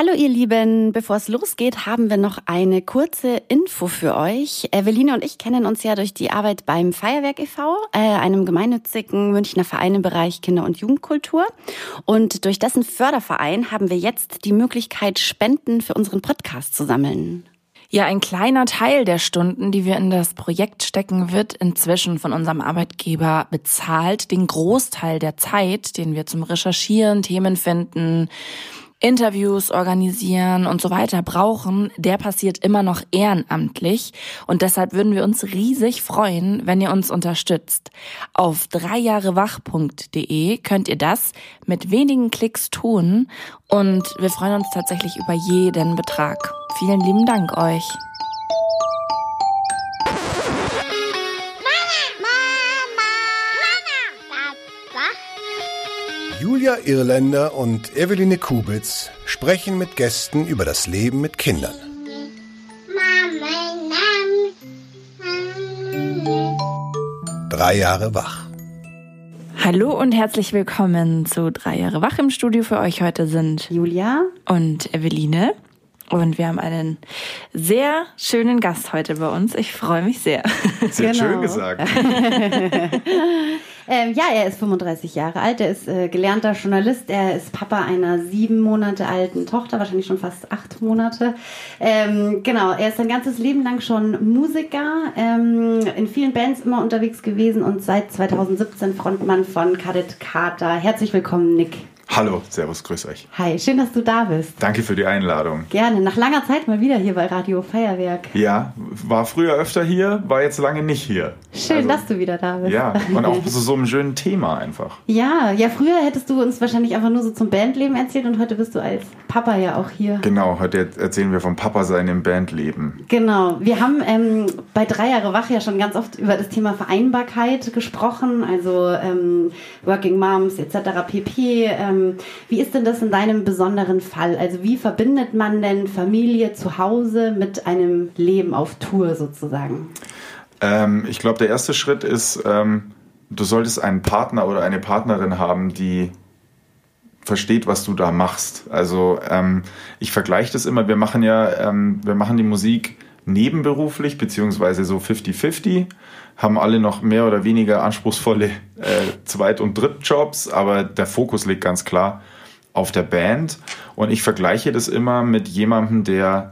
Hallo ihr Lieben, bevor es losgeht, haben wir noch eine kurze Info für euch. Eveline und ich kennen uns ja durch die Arbeit beim Feuerwerk e.V., einem gemeinnützigen Münchner Verein im Bereich Kinder- und Jugendkultur. Und durch dessen Förderverein haben wir jetzt die Möglichkeit, Spenden für unseren Podcast zu sammeln. Ja, ein kleiner Teil der Stunden, die wir in das Projekt stecken, wird inzwischen von unserem Arbeitgeber bezahlt. Den Großteil der Zeit, den wir zum Recherchieren, Themen finden, Interviews organisieren und so weiter brauchen, der passiert immer noch ehrenamtlich. Und deshalb würden wir uns riesig freuen, wenn ihr uns unterstützt. Auf 3jahrewach.de könnt ihr das mit wenigen Klicks tun. Und wir freuen uns tatsächlich über jeden Betrag. Vielen lieben Dank euch. Julia Irländer und Eveline Kubitz sprechen mit Gästen über das Leben mit Kindern. 3 Jahre wach. Hallo und herzlich willkommen zu 3 Jahre wach. Im Studio für euch heute sind Julia und Eveline. Und wir haben einen sehr schönen Gast heute bei uns. Ich freue mich sehr. Sehr schön gesagt. Ja, er ist 35 Jahre alt, er ist gelernter Journalist, er ist Papa einer 7 Monate alten Tochter, wahrscheinlich schon fast 8 Monate. Genau, er ist sein ganzes Leben lang schon Musiker, in vielen Bands immer unterwegs gewesen und seit 2017 Frontmann von Cadet Carter. Herzlich willkommen, Nick. Hallo, servus, grüß euch. Hi, schön, dass du da bist. Danke für die Einladung. Gerne, nach langer Zeit mal wieder hier bei Radio Feuerwerk. Ja, war früher öfter hier, war jetzt lange nicht hier. Schön, dass du wieder da bist. Ja, und auch so einem schönen Thema einfach. Ja, früher hättest du uns wahrscheinlich einfach nur so zum Bandleben erzählt und heute bist du als Papa ja auch hier. Genau, heute erzählen wir vom Papa-Sein im Bandleben. Genau, wir haben bei 3 Jahre wach ja schon ganz oft über das Thema Vereinbarkeit gesprochen, also Working Moms etc. pp. Wie ist denn das in deinem besonderen Fall? Also wie verbindet man denn Familie zu Hause mit einem Leben auf Tour sozusagen? Ich glaube, der erste Schritt ist, du solltest einen Partner oder eine Partnerin haben, die versteht, was du da machst. Also ich vergleiche das immer, wir machen die Musik nebenberuflich, beziehungsweise so 50-50, haben alle noch mehr oder weniger anspruchsvolle Zweit- und Drittjobs, aber der Fokus liegt ganz klar auf der Band. Und ich vergleiche das immer mit jemandem, der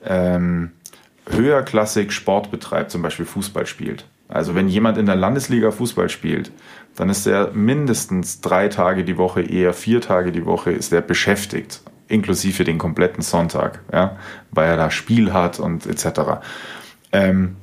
höherklassig Sport betreibt, zum Beispiel Fußball spielt. Also wenn jemand in der Landesliga Fußball spielt, dann ist er mindestens 3 Tage die Woche, eher 4 Tage die Woche ist er beschäftigt, inklusive den kompletten Sonntag, ja, weil er da Spiel hat und etc. Wenn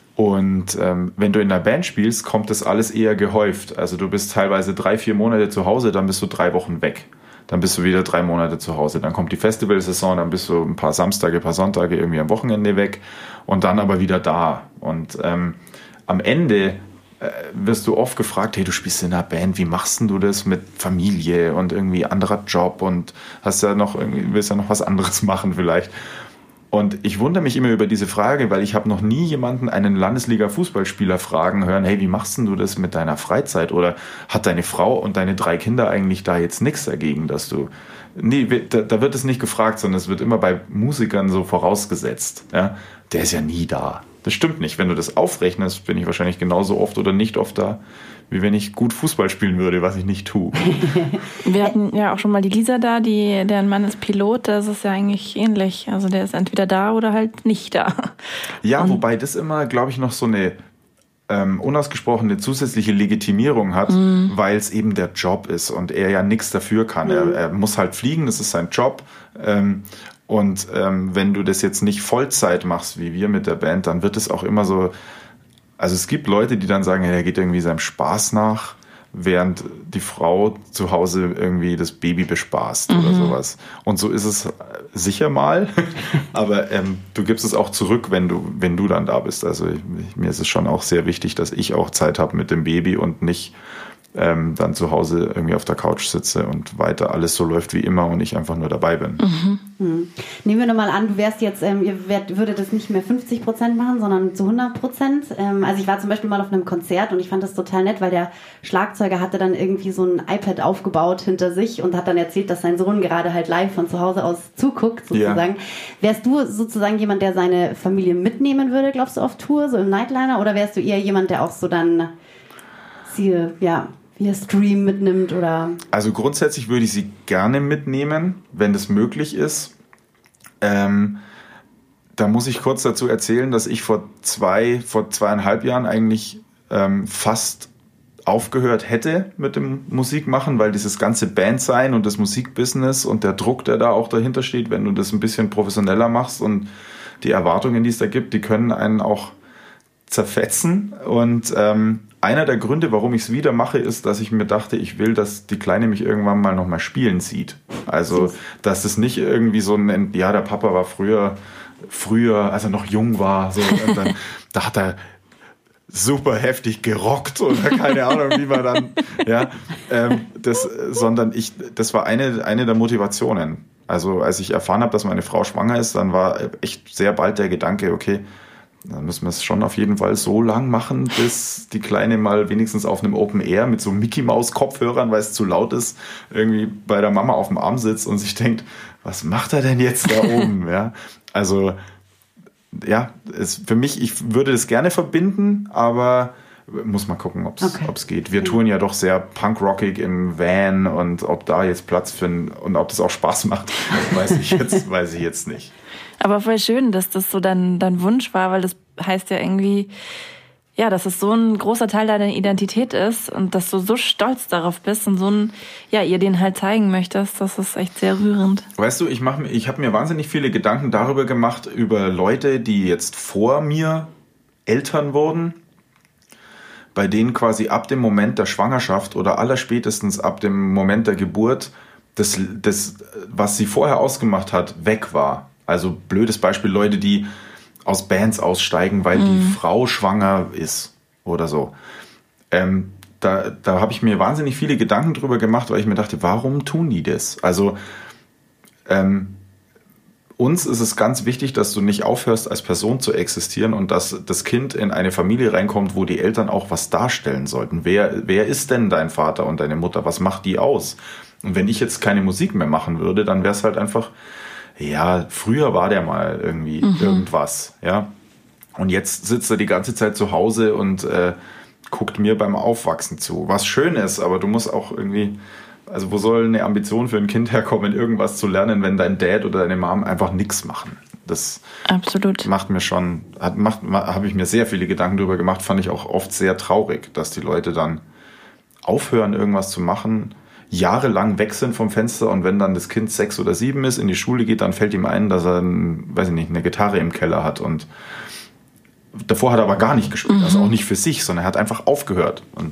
du in der Band spielst, kommt das alles eher gehäuft. Also du bist teilweise 3-4 Monate zu Hause, dann bist du 3 Wochen weg. Dann bist du wieder 3 Monate zu Hause. Dann kommt die Festivalsaison, dann bist du ein paar Samstage, ein paar Sonntage irgendwie am Wochenende weg und dann aber wieder da. Und am Ende wirst du oft gefragt, hey, du spielst in einer Band, wie machst denn du das mit Familie und irgendwie anderer Job und willst ja noch was anderes machen vielleicht. Und ich wundere mich immer über diese Frage, weil ich habe noch nie jemanden, einen Landesliga-Fußballspieler fragen hören, hey, wie machst denn du das mit deiner Freizeit? Oder hat deine Frau und deine 3 Kinder eigentlich da jetzt nichts dagegen, dass du... Nee, da wird es nicht gefragt, sondern es wird immer bei Musikern so vorausgesetzt. Ja? Der ist ja nie da. Das stimmt nicht. Wenn du das aufrechnest, bin ich wahrscheinlich genauso oft oder nicht oft da, wie wenn ich gut Fußball spielen würde, was ich nicht tue. Wir hatten ja auch schon mal die Lisa da, deren Mann ist Pilot, das ist ja eigentlich ähnlich. Also der ist entweder da oder halt nicht da. Ja, wobei das immer, glaube ich, noch so eine unausgesprochene zusätzliche Legitimierung hat, weil es eben der Job ist und er ja nichts dafür kann. Er muss halt fliegen, das ist sein Job. Und wenn du das jetzt nicht Vollzeit machst, wie wir mit der Band, dann wird es auch immer so, also es gibt Leute, die dann sagen, ja, der geht irgendwie seinem Spaß nach, während die Frau zu Hause irgendwie das Baby bespaßt oder sowas. Und so ist es sicher mal, aber du gibst es auch zurück, wenn du dann da bist. Also mir ist es schon auch sehr wichtig, dass ich auch Zeit habe mit dem Baby und nicht dann zu Hause irgendwie auf der Couch sitze und weiter alles so läuft wie immer und ich einfach nur dabei bin. Nehmen wir nochmal an, du wärst jetzt, würdet das nicht mehr 50% machen, sondern zu 100%. Also ich war zum Beispiel mal auf einem Konzert und ich fand das total nett, weil der Schlagzeuger hatte dann irgendwie so ein iPad aufgebaut hinter sich und hat dann erzählt, dass sein Sohn gerade halt live von zu Hause aus zuguckt, sozusagen. Wärst du sozusagen jemand, der seine Familie mitnehmen würde, glaubst du, auf Tour, so im Nightliner? Oder wärst du eher jemand, der auch so dann via Stream mitnimmt? Oder? Also grundsätzlich würde ich sie gerne mitnehmen, wenn das möglich ist. Da muss ich kurz dazu erzählen, dass ich vor 2,5 Jahren eigentlich fast aufgehört hätte mit dem Musikmachen, weil dieses ganze Bandsein und das Musikbusiness und der Druck, der da auch dahinter steht, wenn du das ein bisschen professioneller machst und die Erwartungen, die es da gibt, die können einen auch zerfetzen. Und einer der Gründe, warum ich es wieder mache, ist, dass ich mir dachte, ich will, dass die Kleine mich irgendwann mal nochmal spielen sieht. Also, dass es nicht irgendwie so der Papa war früher, als er noch jung war, so, und dann, da hat er super heftig gerockt oder keine Ahnung, wie man dann, das war eine der Motivationen. Also, als ich erfahren habe, dass meine Frau schwanger ist, dann war echt sehr bald der Gedanke, okay, dann müssen wir es schon auf jeden Fall so lang machen, bis die Kleine mal wenigstens auf einem Open Air mit so Mickey-Maus-Kopfhörern, weil es zu laut ist, irgendwie bei der Mama auf dem Arm sitzt und sich denkt, was macht er denn jetzt da oben? Ja, also, für mich, ich würde das gerne verbinden, aber muss mal gucken, ob es geht. Wir touren ja doch sehr punkrockig im Van und ob da jetzt Platz finden und ob das auch Spaß macht, weiß ich jetzt nicht. Aber voll schön, dass das so dein Wunsch war, weil das heißt ja irgendwie, dass es so ein großer Teil deiner Identität ist und dass du so stolz darauf bist und ihr den halt zeigen möchtest, das ist echt sehr rührend. Weißt du, ich habe mir wahnsinnig viele Gedanken darüber gemacht, über Leute, die jetzt vor mir Eltern wurden, bei denen quasi ab dem Moment der Schwangerschaft oder allerspätestens ab dem Moment der Geburt das was sie vorher ausgemacht hat, weg war. Also blödes Beispiel, Leute, die aus Bands aussteigen, weil die Frau schwanger ist oder so. Da habe ich mir wahnsinnig viele Gedanken drüber gemacht, weil ich mir dachte, warum tun die das? Also uns ist es ganz wichtig, dass du nicht aufhörst, als Person zu existieren und dass das Kind in eine Familie reinkommt, wo die Eltern auch was darstellen sollten. Wer ist denn dein Vater und deine Mutter? Was macht die aus? Und wenn ich jetzt keine Musik mehr machen würde, dann wäre es halt einfach, früher war der mal irgendwie irgendwas, ja. Und jetzt sitzt er die ganze Zeit zu Hause und guckt mir beim Aufwachsen zu. Was schön ist, aber du musst auch irgendwie, also wo soll eine Ambition für ein Kind herkommen, irgendwas zu lernen, wenn dein Dad oder deine Mom einfach nichts machen? Das absolut macht mir schon, habe ich mir sehr viele Gedanken drüber gemacht, fand ich auch oft sehr traurig, dass die Leute dann aufhören, irgendwas zu machen, jahrelang weg sind vom Fenster und wenn dann das Kind 6 oder 7 ist, in die Schule geht, dann fällt ihm ein, dass er, eine Gitarre im Keller hat und davor hat er aber gar nicht gespielt, also auch nicht für sich, sondern er hat einfach aufgehört und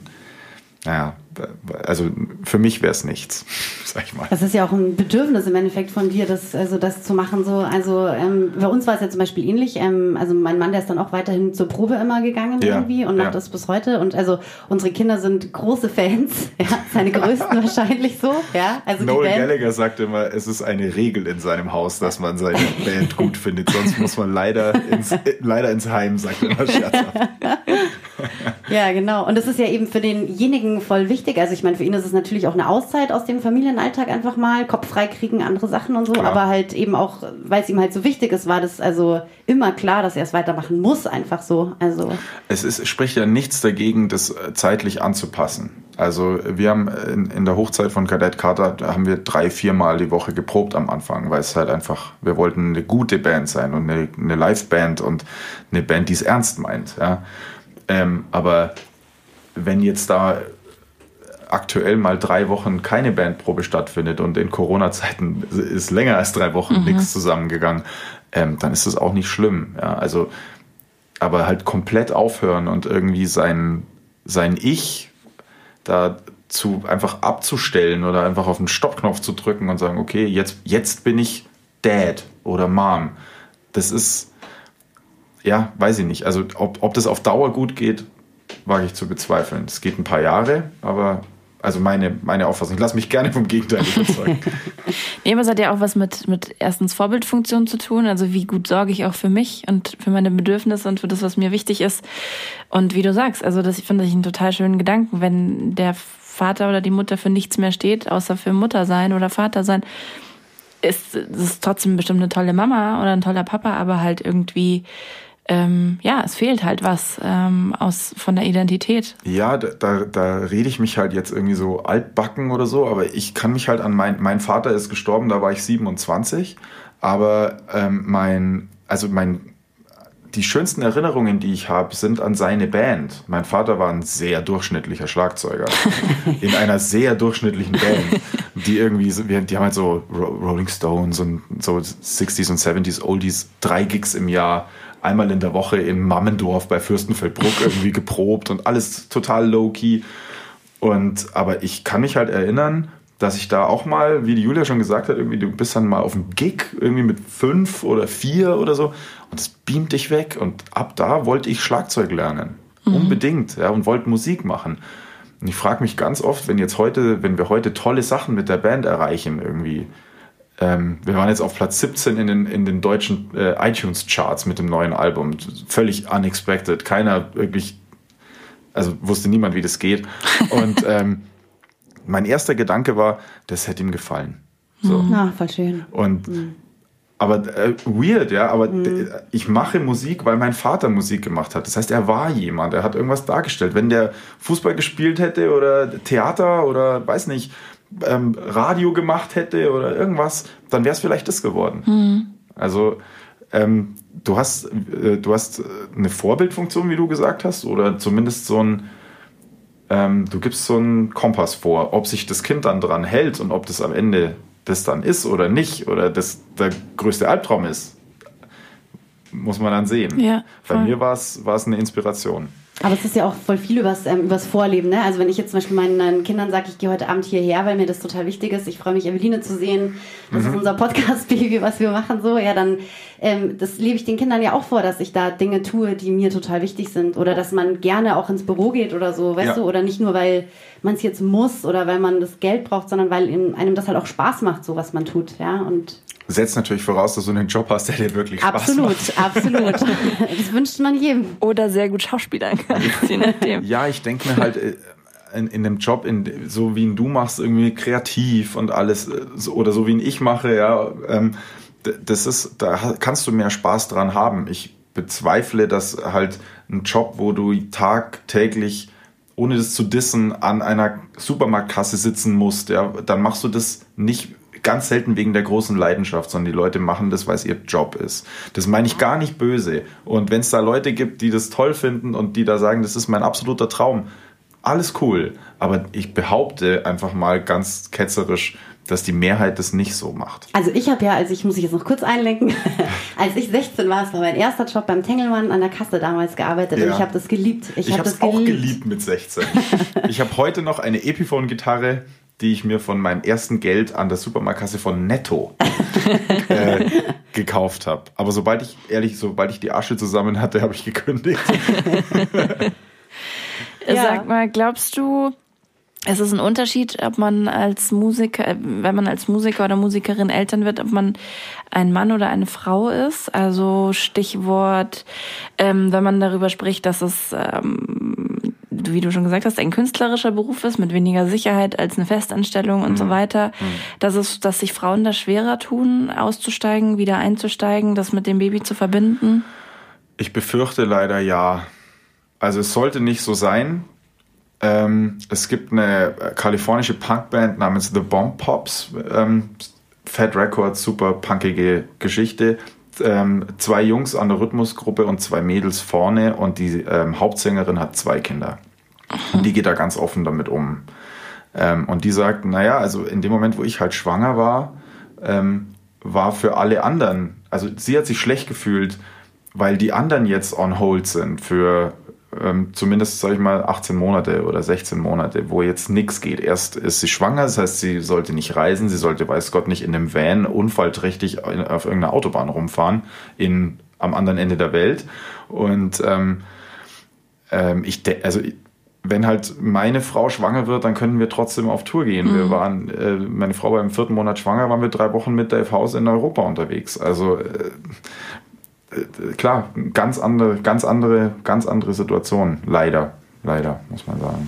also für mich wäre es nichts, sag ich mal. Das ist ja auch ein Bedürfnis im Endeffekt von dir, das zu machen. So. Also bei uns war es ja zum Beispiel ähnlich. Also mein Mann, der ist dann auch weiterhin zur Probe immer gegangen irgendwie und macht das bis heute. Und also unsere Kinder sind große Fans, seine größten wahrscheinlich so. Ja, also Noel Gallagher sagt immer, es ist eine Regel in seinem Haus, dass man seine Band gut findet. Sonst muss man leider ins Heim, sagt er immer scherzhaft. Ja, genau. Und das ist ja eben für denjenigen voll wichtig. Also ich meine, für ihn ist es natürlich auch eine Auszeit aus dem Familienalltag einfach mal, Kopf frei kriegen, andere Sachen und so. Klar. Aber halt eben auch, weil es ihm halt so wichtig ist, war das also immer klar, dass er es weitermachen muss, einfach so. Also es spricht ja nichts dagegen, das zeitlich anzupassen. Also wir haben in der Hochzeit von Kadett Carter, da haben wir 3-4 Mal die Woche geprobt am Anfang, weil es halt einfach, wir wollten eine gute Band sein und eine Live-Band und eine Band, die es ernst meint, ja. Aber wenn jetzt da aktuell mal 3 Wochen keine Bandprobe stattfindet und in Corona-Zeiten ist länger als 3 Wochen nichts zusammengegangen, dann ist das auch nicht schlimm. Ja? Also, aber halt komplett aufhören und irgendwie sein Ich dazu einfach abzustellen oder einfach auf den Stoppknopf zu drücken und sagen, okay, jetzt bin ich Dad oder Mom. Das ist, weiß ich nicht. Also ob das auf Dauer gut geht, wage ich zu bezweifeln. Es geht ein paar Jahre, aber Also meine Auffassung. Ich lasse mich gerne vom Gegenteil überzeugen. Nee, aber es hat ja auch was mit erstens Vorbildfunktion zu tun. Also wie gut sorge ich auch für mich und für meine Bedürfnisse und für das, was mir wichtig ist. Und wie du sagst, also das finde ich einen total schönen Gedanken, wenn der Vater oder die Mutter für nichts mehr steht, außer für Mutter sein oder Vater sein, ist es trotzdem bestimmt eine tolle Mama oder ein toller Papa, aber halt irgendwie es fehlt halt was von der Identität. Ja, da rede ich mich halt jetzt irgendwie so altbacken oder so, aber ich kann mich halt an mein Vater ist gestorben, da war ich 27, aber die schönsten Erinnerungen, die ich habe, sind an seine Band. Mein Vater war ein sehr durchschnittlicher Schlagzeuger in einer sehr durchschnittlichen Band, die haben halt so Rolling Stones und so 60s und 70s Oldies, 3 Gigs im Jahr, einmal in der Woche in Mammendorf bei Fürstenfeldbruck irgendwie geprobt und alles total low-key. Aber ich kann mich halt erinnern, dass ich da auch mal, wie die Julia schon gesagt hat, irgendwie du bist dann mal auf einem Gig irgendwie mit 5 oder 4 oder so und das beamt dich weg und ab da wollte ich Schlagzeug lernen. Unbedingt, ja, und wollte Musik machen. Und ich frage mich ganz oft, wenn wir heute tolle Sachen mit der Band erreichen irgendwie, wir waren jetzt auf Platz 17 in den deutschen iTunes-Charts mit dem neuen Album. Völlig unexpected. Keiner wirklich, also wusste niemand, wie das geht. Und mein erster Gedanke war, das hätte ihm gefallen. So. Voll schön. Aber weird, ja, aber ich mache Musik, weil mein Vater Musik gemacht hat. Das heißt, er war jemand, er hat irgendwas dargestellt. Wenn der Fußball gespielt hätte oder Theater oder weiß nicht, Radio gemacht hätte oder irgendwas, dann wäre es vielleicht das geworden. Also du hast eine Vorbildfunktion, wie du gesagt hast, oder zumindest du gibst so einen Kompass vor, ob sich das Kind dann dran hält und ob das am Ende das dann ist oder nicht oder das der größte Albtraum ist, muss man dann sehen. Ja, bei mir war es eine Inspiration. Aber es ist ja auch voll viel übers Vorleben, ne? Also wenn ich jetzt zum Beispiel meinen Kindern sage, ich gehe heute Abend hierher, weil mir das total wichtig ist, ich freue mich, Eveline zu sehen, das ist unser Podcast-Baby, was wir machen, so, ja, dann das lebe ich den Kindern ja auch vor, dass ich da Dinge tue, die mir total wichtig sind oder dass man gerne auch ins Büro geht oder so, weißt du, oder nicht nur, weil man es jetzt muss oder weil man das Geld braucht, sondern weil einem das halt auch Spaß macht, so was man tut, ja, und setzt natürlich voraus, dass du einen Job hast, der dir wirklich Spaß macht. Absolut. Das wünscht man jedem. Oder sehr gut schauspielern kann. Je nachdem. Ja, ich denke mir halt, in einem Job, so wie ihn du machst, irgendwie kreativ und alles, oder so wie ihn ich mache, ja, da kannst du mehr Spaß dran haben. Ich bezweifle, dass halt ein Job, wo du tagtäglich, ohne das zu dissen, an einer Supermarktkasse sitzen musst, ja, dann machst du das nicht ganz selten wegen der großen Leidenschaft, sondern die Leute machen das, weil es ihr Job ist. Das meine ich gar nicht böse. Und wenn es da Leute gibt, die das toll finden und die da sagen, das ist mein absoluter Traum, alles cool. Aber ich behaupte einfach mal ganz ketzerisch, dass die Mehrheit das nicht so macht. Also ich habe muss ich jetzt noch kurz einlenken, als ich 16 war, es war mein erster Job beim Tengelmann an der Kasse damals gearbeitet und ich habe das geliebt. Ich habe es auch geliebt mit 16. Ich habe heute noch eine Epiphone-Gitarre, die ich mir von meinem ersten Geld an der Supermarktkasse von Netto gekauft habe. Aber sobald ich die Asche zusammen hatte, habe ich gekündigt. Sag mal, glaubst du, es ist ein Unterschied, ob man als Musiker, wenn man als Musiker oder Musikerin Eltern wird, ob man ein Mann oder eine Frau ist? Also Stichwort, wenn man darüber spricht, dass es wie du schon gesagt hast, ein künstlerischer Beruf ist, mit weniger Sicherheit als eine Festanstellung und so weiter, dass sich Frauen da schwerer tun, auszusteigen, wieder einzusteigen, das mit dem Baby zu verbinden? Ich befürchte leider ja. Also es sollte nicht so sein. Es gibt eine kalifornische Punkband namens The Bomb Pops, Fat Records, super punkige Geschichte. 2 Jungs an der Rhythmusgruppe und 2 Mädels vorne und die Hauptsängerin hat 2 Kinder. Und die geht da ganz offen damit um. Und die sagt, naja, also in dem Moment, wo ich halt schwanger war, war für alle anderen, also sie hat sich schlecht gefühlt, weil die anderen jetzt on hold sind für zumindest, sag ich mal, 18 Monate oder 16 Monate, wo jetzt nichts geht. Erst ist sie schwanger, das heißt, sie sollte nicht reisen, sie sollte, weiß Gott, nicht in einem Van unfallträchtig auf irgendeiner Autobahn rumfahren, wenn halt meine Frau schwanger wird, dann können wir trotzdem auf Tour gehen. Wir waren, meine Frau war im 4. Monat schwanger, waren wir 3 Wochen mit Dave House in Europa unterwegs. Also klar, ganz andere Situation. Leider, muss man sagen.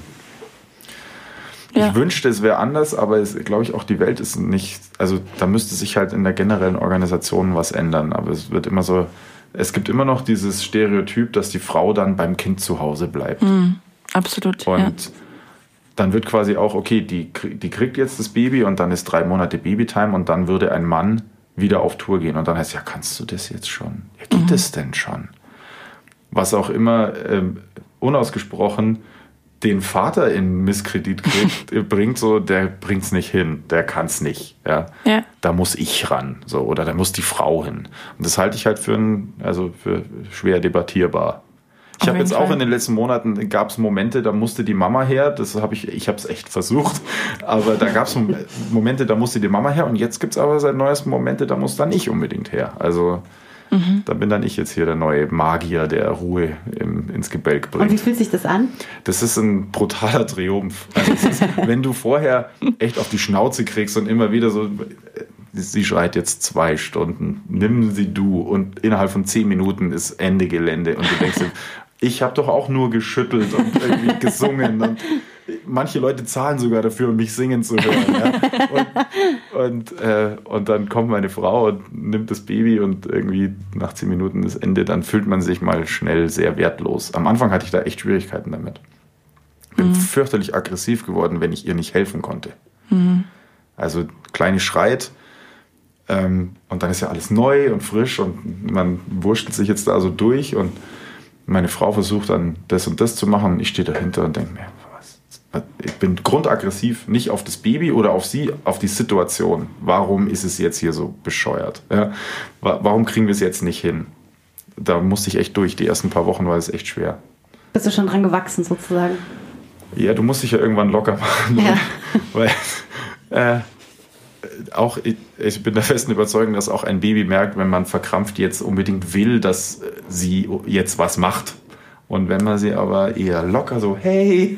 Ja. Ich wünschte, es wäre anders, aber glaube ich auch, die Welt ist nicht, also da müsste sich halt in der generellen Organisation was ändern. Aber es wird immer so, es gibt immer noch dieses Stereotyp, dass die Frau dann beim Kind zu Hause bleibt. Absolut. Und dann wird quasi auch, okay, die kriegt jetzt das Baby und dann ist 3 Monate Babytime und dann würde ein Mann wieder auf Tour gehen. Und dann heißt ja, kannst du das jetzt schon? Ja, geht es denn schon? Was auch immer unausgesprochen den Vater in Misskredit bringt, so, der bringt's nicht hin, der kann's nicht. Ja? Da muss ich ran, so, oder da muss die Frau hin. Und das halte ich halt für schwer debattierbar. Ich habe jetzt auch in den letzten Monaten, gab es Momente, da musste die Mama her, ich habe es echt versucht, aber da gab es Momente, da musste die Mama her und jetzt gibt es aber seit neuestem Momente, da muss dann ich unbedingt her. Also da bin dann ich jetzt hier der neue Magier, der Ruhe ins Gebälk bringt. Und wie fühlt sich das an? Das ist ein brutaler Triumph. Also wenn du vorher echt auf die Schnauze kriegst und immer wieder so, sie schreit jetzt 2 Stunden, nimm sie du und innerhalb von 10 Minuten ist Ende Gelände und du denkst dir, ich habe doch auch nur geschüttelt und irgendwie gesungen und manche Leute zahlen sogar dafür, um mich singen zu hören. Ja? Und dann kommt meine Frau und nimmt das Baby und irgendwie nach 10 Minuten ist Ende, dann fühlt man sich mal schnell sehr wertlos. Am Anfang hatte ich da echt Schwierigkeiten damit. Bin fürchterlich aggressiv geworden, wenn ich ihr nicht helfen konnte. Also Kleine schreit und dann ist ja alles neu und frisch und man wurschtelt sich jetzt da so durch und meine Frau versucht dann das und das zu machen und ich stehe dahinter und denke mir, ich bin grundaggressiv, nicht auf das Baby oder auf sie, auf die Situation. Warum ist es jetzt hier so bescheuert? Ja? Warum kriegen wir es jetzt nicht hin? Da musste ich echt durch. Die ersten paar Wochen war es echt schwer. Bist du schon dran gewachsen sozusagen? Ja, du musst dich ja irgendwann locker machen. Ja. Weil auch ich bin der festen Überzeugung, dass auch ein Baby merkt, wenn man verkrampft jetzt unbedingt will, dass sie jetzt was macht. Und wenn man sie aber eher locker so, hey,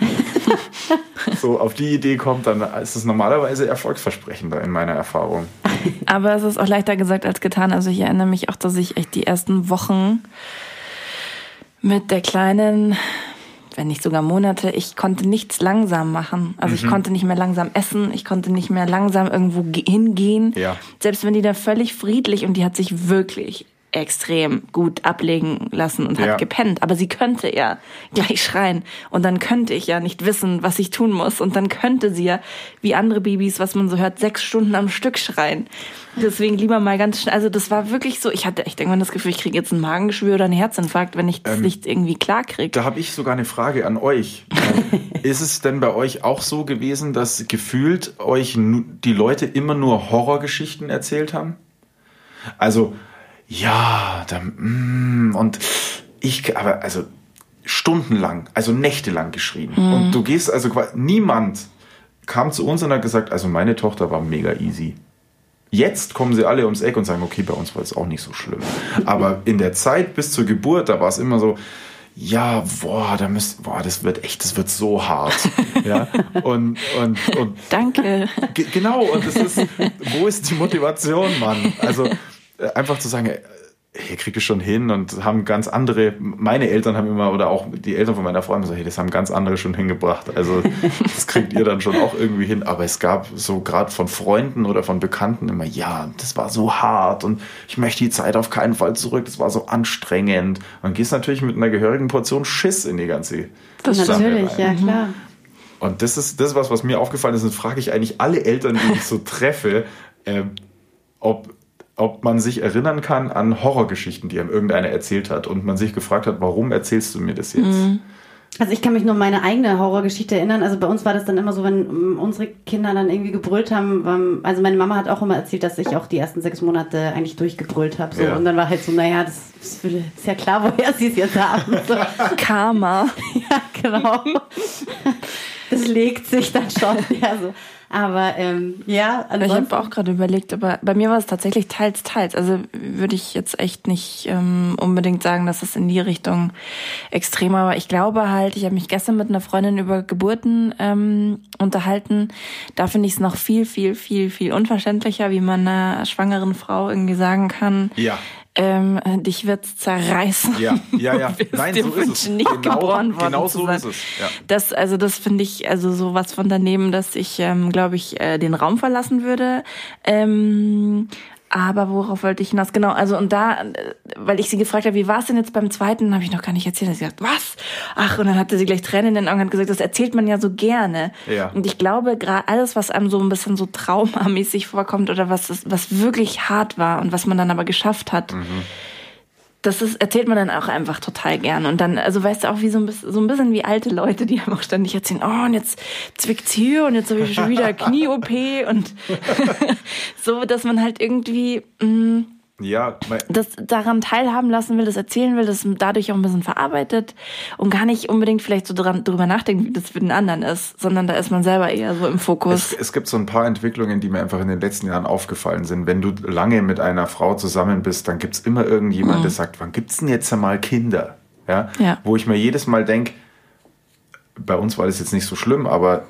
so auf die Idee kommt, dann ist es normalerweise erfolgsversprechender in meiner Erfahrung. Aber es ist auch leichter gesagt als getan. Also ich erinnere mich auch, dass ich echt die ersten Wochen mit der Kleinen, wenn nicht sogar Monate, ich konnte nichts langsam machen. Also ich konnte nicht mehr langsam essen, ich konnte nicht mehr langsam irgendwo hingehen. Ja. Selbst wenn die da völlig friedlich, und die hat sich wirklich extrem gut ablegen lassen und hat gepennt. Aber sie könnte ja gleich schreien. Und dann könnte ich ja nicht wissen, was ich tun muss. Und dann könnte sie ja, wie andere Babys, was man so hört, 6 Stunden am Stück schreien. Deswegen lieber mal ganz schnell. Also das war wirklich so, ich hatte echt irgendwann das Gefühl, ich kriege jetzt ein Magengeschwür oder einen Herzinfarkt, wenn ich das nicht irgendwie klar kriege. Da habe ich sogar eine Frage an euch. Ist es denn bei euch auch so gewesen, dass gefühlt euch die Leute immer nur Horrorgeschichten erzählt haben? Also ja, und aber stundenlang, also nächtelang geschrien. Und du gehst, also niemand kam zu uns und hat gesagt, also meine Tochter war mega easy. Jetzt kommen sie alle ums Eck und sagen, okay, bei uns war es auch nicht so schlimm. Aber in der Zeit bis zur Geburt, da war es immer so, ja, das wird so hart. Ja, und danke. Genau, und das ist, wo ist die Motivation, Mann? Also einfach zu sagen, hier krieg ich schon hin und haben ganz andere, meine Eltern haben immer, oder auch die Eltern von meiner Frau haben gesagt, hey, das haben ganz andere schon hingebracht. Also das kriegt ihr dann schon auch irgendwie hin. Aber es gab so gerade von Freunden oder von Bekannten immer, ja, das war so hart und ich möchte die Zeit auf keinen Fall zurück, das war so anstrengend. Und gehst natürlich mit einer gehörigen Portion Schiss in die ganze Sache natürlich, rein. Ja klar. Und das ist was mir aufgefallen ist, und frage ich eigentlich alle Eltern, die ich so treffe, ob man sich erinnern kann an Horrorgeschichten, die einem irgendeiner erzählt hat und man sich gefragt hat, warum erzählst du mir das jetzt? Also ich kann mich nur an meine eigene Horrorgeschichte erinnern. Also bei uns war das dann immer so, wenn unsere Kinder dann irgendwie gebrüllt haben. Also meine Mama hat auch immer erzählt, dass ich auch die ersten 6 Monate eigentlich durchgebrüllt habe. So. Ja. Und dann war halt so, naja, das ist ja klar, woher sie es jetzt haben. So. Karma. Ja, genau. Das legt sich dann schon. Ja, so. Aber ja, ich habe auch gerade überlegt, aber bei mir war es tatsächlich teils, teils. Also würde ich jetzt echt nicht unbedingt sagen, dass es in die Richtung extremer war. Ich glaube halt, ich habe mich gestern mit einer Freundin über Geburten unterhalten. Da finde ich es noch viel, viel, viel, viel unverständlicher, wie man einer schwangeren Frau irgendwie sagen kann. Ja. Dich wird's zerreißen. Ja. Nein, so ist es. Nicht geboren worden genau zu so sein. ist es. Ja. Das finde ich also sowas von daneben, dass ich, glaube ich, den Raum verlassen würde. Aber worauf wollte ich hinaus? Genau, also und da, weil ich sie gefragt habe, wie war es denn jetzt beim zweiten, habe ich noch gar nicht erzählt. Sie hat gesagt, was? Ach, und dann hatte sie gleich Tränen in den Augen und hat gesagt, das erzählt man ja so gerne. Ja. Und ich glaube, gerade alles, was einem so ein bisschen so traumamäßig vorkommt oder was wirklich hart war und was man dann aber geschafft hat, erzählt man dann auch einfach total gern. Und dann, also weißt du, auch wie so ein bisschen wie alte Leute, die haben auch ständig erzählen, oh, und jetzt zwickt's hier und jetzt habe ich schon wieder Knie-OP und so, dass man halt irgendwie das daran teilhaben lassen will, das erzählen will, das dadurch auch ein bisschen verarbeitet und gar nicht unbedingt vielleicht so drüber nachdenkt, wie das für den anderen ist, sondern da ist man selber eher so im Fokus. Es gibt so ein paar Entwicklungen, die mir einfach in den letzten Jahren aufgefallen sind. Wenn du lange mit einer Frau zusammen bist, dann gibt's immer irgendjemand, der sagt, wann gibt's denn jetzt einmal Kinder? Ja? Wo ich mir jedes Mal denke, bei uns war das jetzt nicht so schlimm, aber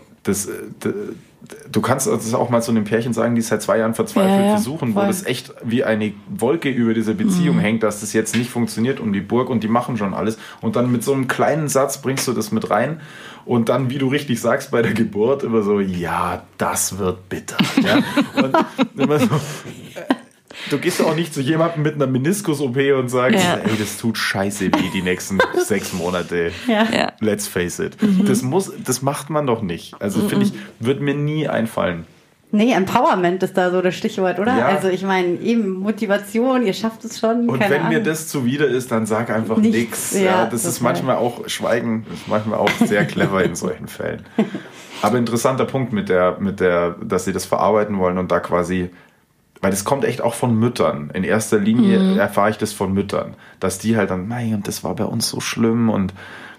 du kannst das auch mal zu einem Pärchen sagen, die seit 2 Jahren verzweifelt versuchen, voll. Wo das echt wie eine Wolke über dieser Beziehung hängt, dass das jetzt nicht funktioniert um die Burg und die machen schon alles. Und dann mit so einem kleinen Satz bringst du das mit rein und dann, wie du richtig sagst, bei der Geburt immer so, ja, das wird bitter. Ja? Und immer so... Du gehst auch nicht zu jemandem mit einer Meniskus-OP und sagst, ey, das tut scheiße wie die nächsten 6 Monate. Ja. Let's face it. Das macht man doch nicht. Also finde ich, wird mir nie einfallen. Nee, Empowerment ist da so das Stichwort, oder? Ja. Also ich meine, eben Motivation, ihr schafft es schon. Und wenn mir das zuwider ist, dann sag einfach nichts. Ja, das ist manchmal auch, Schweigen ist manchmal auch sehr clever in solchen Fällen. Aber interessanter Punkt mit der, dass sie das verarbeiten wollen und da quasi... Weil das kommt echt auch von Müttern. In erster Linie erfahre ich das von Müttern. Dass die halt dann, nein, und das war bei uns so schlimm. Und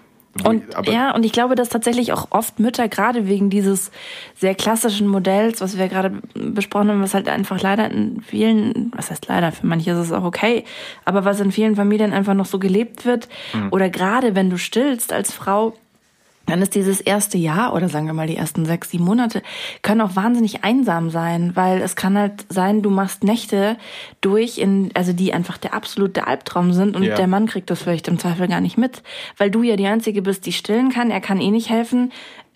ich glaube, dass tatsächlich auch oft Mütter, gerade wegen dieses sehr klassischen Modells, was wir gerade besprochen haben, was halt einfach leider in vielen, was heißt leider, für manche ist es auch okay, aber was in vielen Familien einfach noch so gelebt wird, oder gerade wenn du stillst als Frau, dann ist dieses erste Jahr oder sagen wir mal die ersten 6, 7 Monate, können auch wahnsinnig einsam sein, weil es kann halt sein, du machst Nächte durch, also die einfach der absolute Albtraum sind und der Mann kriegt das vielleicht im Zweifel gar nicht mit, weil du ja die Einzige bist, die stillen kann, er kann eh nicht helfen,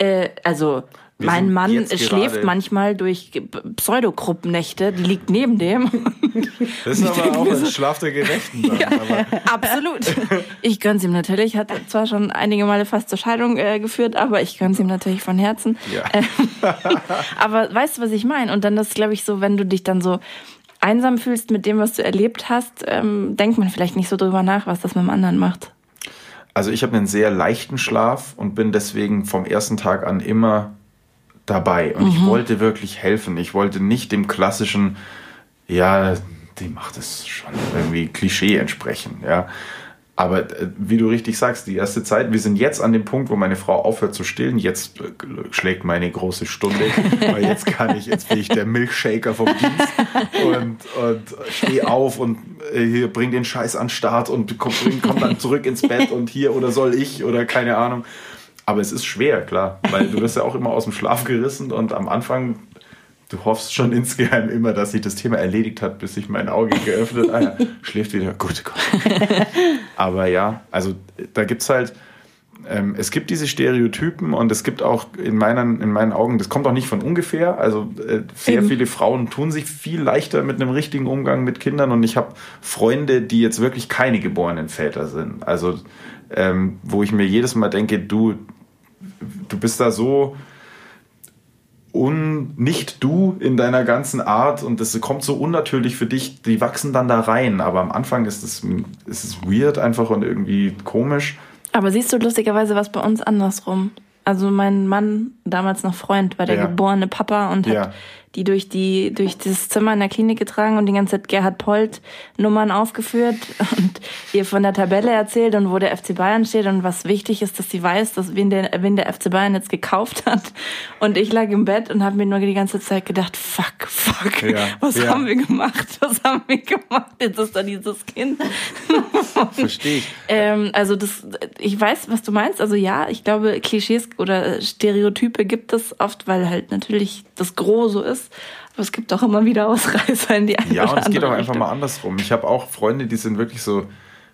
mein Mann schläft manchmal durch Pseudogruppennächte, die liegt neben dem. Das ist aber auch ein Schlaf der Gerechten. Dann, absolut. Ich gönn's ihm natürlich, hat zwar schon einige Male fast zur Scheidung geführt, aber ich gönn's ihm natürlich von Herzen. Ja. Aber weißt du, was ich meine? Und dann ist, glaube ich, so, wenn du dich dann so einsam fühlst mit dem, was du erlebt hast, denkt man vielleicht nicht so drüber nach, was das mit dem anderen macht. Also ich habe einen sehr leichten Schlaf und bin deswegen vom ersten Tag an immer dabei. Und ich wollte wirklich helfen. Ich wollte nicht dem klassischen, ja, die macht es schon irgendwie Klischee entsprechen. Ja. Aber wie du richtig sagst, die erste Zeit, wir sind jetzt an dem Punkt, wo meine Frau aufhört zu stillen. Jetzt schlägt meine große Stunde, weil jetzt bin ich der Milchshaker vom Dienst und steh auf und hier bring den Scheiß an den Start und komm dann zurück ins Bett und hier oder soll ich oder keine Ahnung. Aber es ist schwer, klar, weil du wirst ja auch immer aus dem Schlaf gerissen und am Anfang, du hoffst schon insgeheim immer, dass sich das Thema erledigt hat, bis sich mein Auge geöffnet hat. Schläft wieder, gut. Aber ja, also da gibt's halt, es gibt diese Stereotypen und es gibt auch in meinen Augen, das kommt auch nicht von ungefähr, also sehr viele Frauen tun sich viel leichter mit einem richtigen Umgang mit Kindern und ich habe Freunde, die jetzt wirklich keine geborenen Väter sind. Also wo ich mir jedes Mal denke, du bist da so nicht du in deiner ganzen Art und das kommt so unnatürlich für dich, die wachsen dann da rein, aber am Anfang ist es weird einfach und irgendwie komisch. Aber siehst du lustigerweise was bei uns andersrum? Also mein Mann damals noch Freund, war der geborene Papa und hat die durch das Zimmer in der Klinik getragen und die ganze Zeit Gerhard Polt Nummern aufgeführt und ihr von der Tabelle erzählt und wo der FC Bayern steht und was wichtig ist, dass sie weiß, dass wen der FC Bayern jetzt gekauft hat. Und ich lag im Bett und habe mir nur die ganze Zeit gedacht, fuck, was haben wir gemacht? Jetzt ist da dieses Kind. Verstehe ich. Also ich weiß, was du meinst. Also ja, ich glaube, Klischees oder Stereotype gibt es oft, weil halt natürlich das Gros so ist. Aber es gibt auch immer wieder Ausreißer in die eine oder andere Richtung. Ja, und es geht auch einfach mal andersrum. Ich habe auch Freunde, die sind wirklich so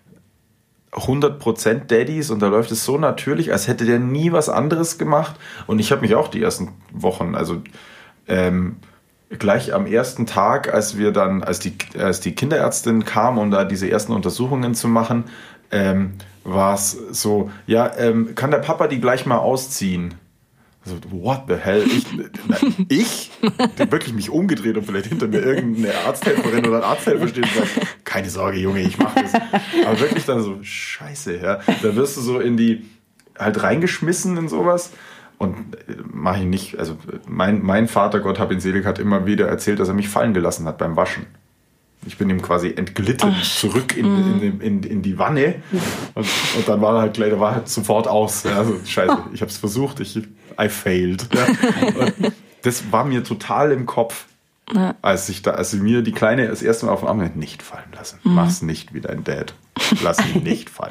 100% Daddys und da läuft es so natürlich, als hätte der nie was anderes gemacht. Und ich habe mich auch die ersten Wochen, also gleich am ersten Tag, als die Kinderärztin kam, um da diese ersten Untersuchungen zu machen, war es so, kann der Papa die gleich mal ausziehen? Also, what the hell? Ich? Der wirklich mich umgedreht und vielleicht hinter mir irgendeine Arzthelferin oder ein Arzthelfer steht und sagt, keine Sorge, Junge, ich mach das. Aber wirklich dann so, scheiße, ja. Da wirst du so halt reingeschmissen in sowas. Und mache ich nicht, also mein Vater, Gott hab ihn selig, hat immer wieder erzählt, dass er mich fallen gelassen hat beim Waschen. Ich bin ihm quasi entglitten zurück in die Wanne und dann war er halt sofort aus. Ja, also scheiße, ich habe es versucht, I failed. Ja. Und das war mir total im Kopf, als sie mir die Kleine das erste Mal auf den Arm nicht fallen lassen. Mach's nicht wie dein Dad. Lass ihn nicht fallen.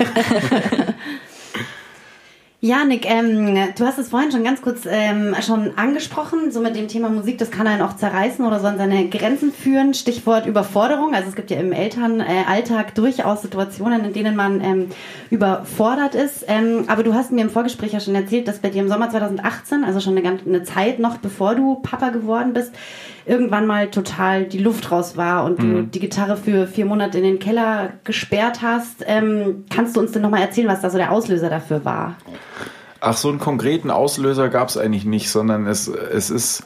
Ja, Nick, du hast es vorhin schon ganz kurz schon angesprochen, so mit dem Thema Musik, das kann einen auch zerreißen oder so an seine Grenzen führen. Stichwort Überforderung. Also es gibt ja im Elternalltag durchaus Situationen, in denen man überfordert ist. Aber du hast mir im Vorgespräch ja schon erzählt, dass bei dir im Sommer 2018, also schon eine Zeit noch bevor du Papa geworden bist, irgendwann mal total die Luft raus war und du die Gitarre für 4 Monate in den Keller gesperrt hast. Kannst du uns denn nochmal erzählen, was da so der Auslöser dafür war? Ach, so einen konkreten Auslöser gab es eigentlich nicht, sondern es ist...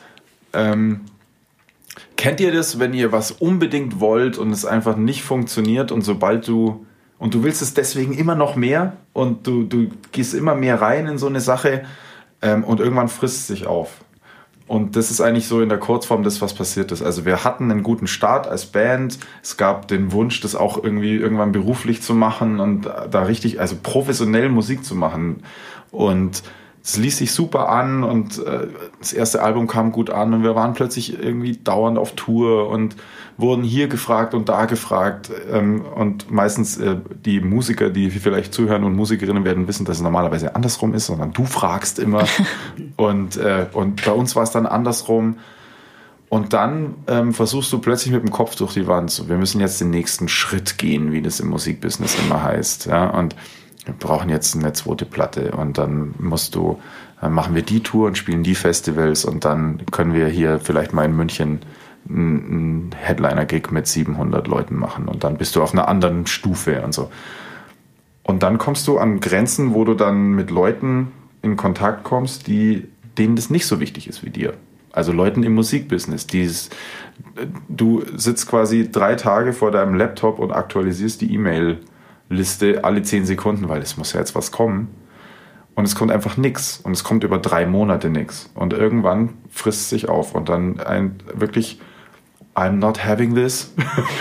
kennt ihr das, wenn ihr was unbedingt wollt und es einfach nicht funktioniert und du willst es deswegen immer noch mehr und du gehst immer mehr rein in so eine Sache und irgendwann frisst es sich auf. Und das ist eigentlich so in der Kurzform das, was passiert ist. Also wir hatten einen guten Start als Band. Es gab den Wunsch, das auch irgendwie irgendwann beruflich zu machen und da richtig, also professionell Musik zu machen. Und es ließ sich super an und das erste Album kam gut an und wir waren plötzlich irgendwie dauernd auf Tour und wurden hier gefragt und da gefragt. Und meistens die Musiker, die vielleicht zuhören und Musikerinnen werden wissen, dass es normalerweise andersrum ist, sondern du fragst immer. Und bei uns war es dann andersrum. Und dann versuchst du plötzlich mit dem Kopf durch die Wand. So, wir müssen jetzt den nächsten Schritt gehen, wie das im Musikbusiness immer heißt. Ja? Und wir brauchen jetzt eine zweite Platte und dann machen wir die Tour und spielen die Festivals und dann können wir hier vielleicht mal in München einen Headliner-Gig mit 700 Leuten machen und dann bist du auf einer anderen Stufe und so. Und dann kommst du an Grenzen, wo du dann mit Leuten in Kontakt kommst, denen das nicht so wichtig ist wie dir. Also Leuten im Musikbusiness. Du sitzt quasi 3 Tage vor deinem Laptop und aktualisierst die E-Mail-Liste alle 10 Sekunden, weil es muss ja jetzt was kommen. Und es kommt einfach nichts. Und es kommt über 3 Monate nichts. Und irgendwann frisst es sich auf. Und dann wirklich I'm not having this.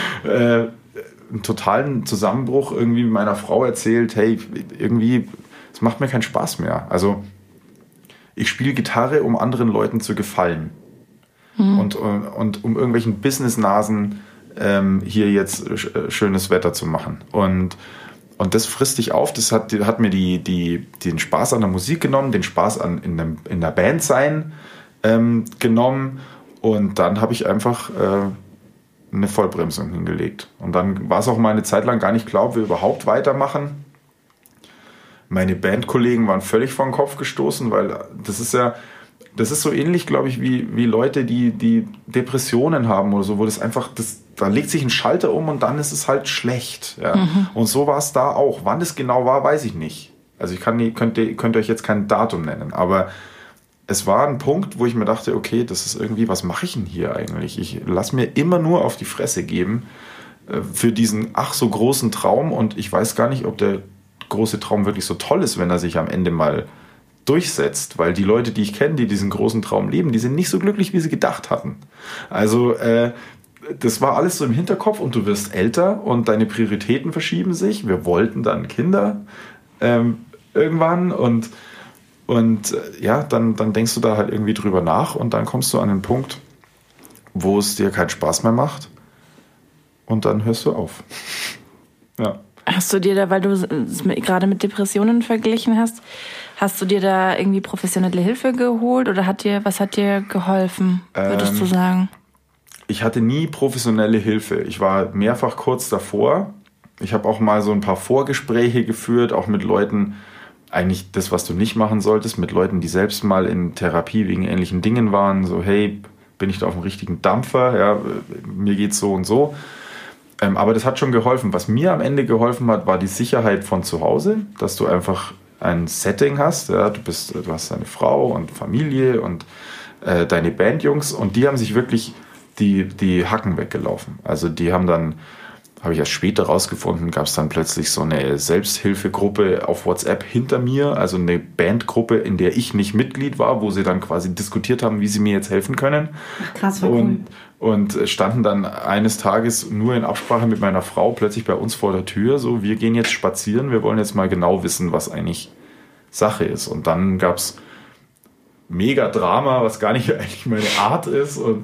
Einen totalen Zusammenbruch irgendwie mit meiner Frau erzählt, hey, irgendwie, es macht mir keinen Spaß mehr. Also ich spiele Gitarre, um anderen Leuten zu gefallen. Und um irgendwelchen Business-Nasen hier jetzt schönes Wetter zu machen. Und das frisst dich auf, das hat mir den Spaß an der Musik genommen, den Spaß in der Band sein genommen und dann habe ich einfach eine Vollbremsung hingelegt. Und dann war es auch mal eine Zeit lang gar nicht klar, ob wir überhaupt weitermachen. Meine Bandkollegen waren völlig vor den Kopf gestoßen, weil das ist so ähnlich, glaube ich, wie Leute, die Depressionen haben oder so, wo das einfach, da legt sich ein Schalter um und dann ist es halt schlecht. Ja. Und so war es da auch. Wann es genau war, weiß ich nicht. Also ich könnt euch jetzt kein Datum nennen, aber es war ein Punkt, wo ich mir dachte, okay, das ist irgendwie, was mache ich denn hier eigentlich? Ich lasse mir immer nur auf die Fresse geben für diesen ach so großen Traum und ich weiß gar nicht, ob der große Traum wirklich so toll ist, wenn er sich am Ende mal durchsetzt, weil die Leute, die ich kenne, die diesen großen Traum leben, die sind nicht so glücklich, wie sie gedacht hatten. Also das war alles so im Hinterkopf und du wirst älter und deine Prioritäten verschieben sich. Wir wollten dann Kinder irgendwann und dann denkst du da halt irgendwie drüber nach und dann kommst du an den Punkt, wo es dir keinen Spaß mehr macht und dann hörst du auf. Ja. Hast du dir da, weil du es gerade mit Depressionen verglichen hast du dir da irgendwie professionelle Hilfe geholt oder was hat dir geholfen, würdest du sagen? Ich hatte nie professionelle Hilfe. Ich war mehrfach kurz davor. Ich habe auch mal so ein paar Vorgespräche geführt, auch mit Leuten, eigentlich das, was du nicht machen solltest, mit Leuten, die selbst mal in Therapie wegen ähnlichen Dingen waren. So, hey, bin ich da auf dem richtigen Dampfer? Ja, mir geht's so und so. Aber das hat schon geholfen. Was mir am Ende geholfen hat, war die Sicherheit von zu Hause, dass du einfach ein Setting hast. Ja, du hast eine Frau und Familie und deine Bandjungs und die haben sich wirklich die Hacken weggelaufen. Also die haben dann, habe ich erst später rausgefunden, gab es dann plötzlich so eine Selbsthilfegruppe auf WhatsApp hinter mir, also eine Bandgruppe, in der ich nicht Mitglied war, wo sie dann quasi diskutiert haben, wie sie mir jetzt helfen können. Ach, krass, war cool. Und standen dann eines Tages nur in Absprache mit meiner Frau plötzlich bei uns vor der Tür, so, wir gehen jetzt spazieren, wir wollen jetzt mal genau wissen, was eigentlich Sache ist. Und dann gab es mega Drama, was gar nicht eigentlich meine Art ist und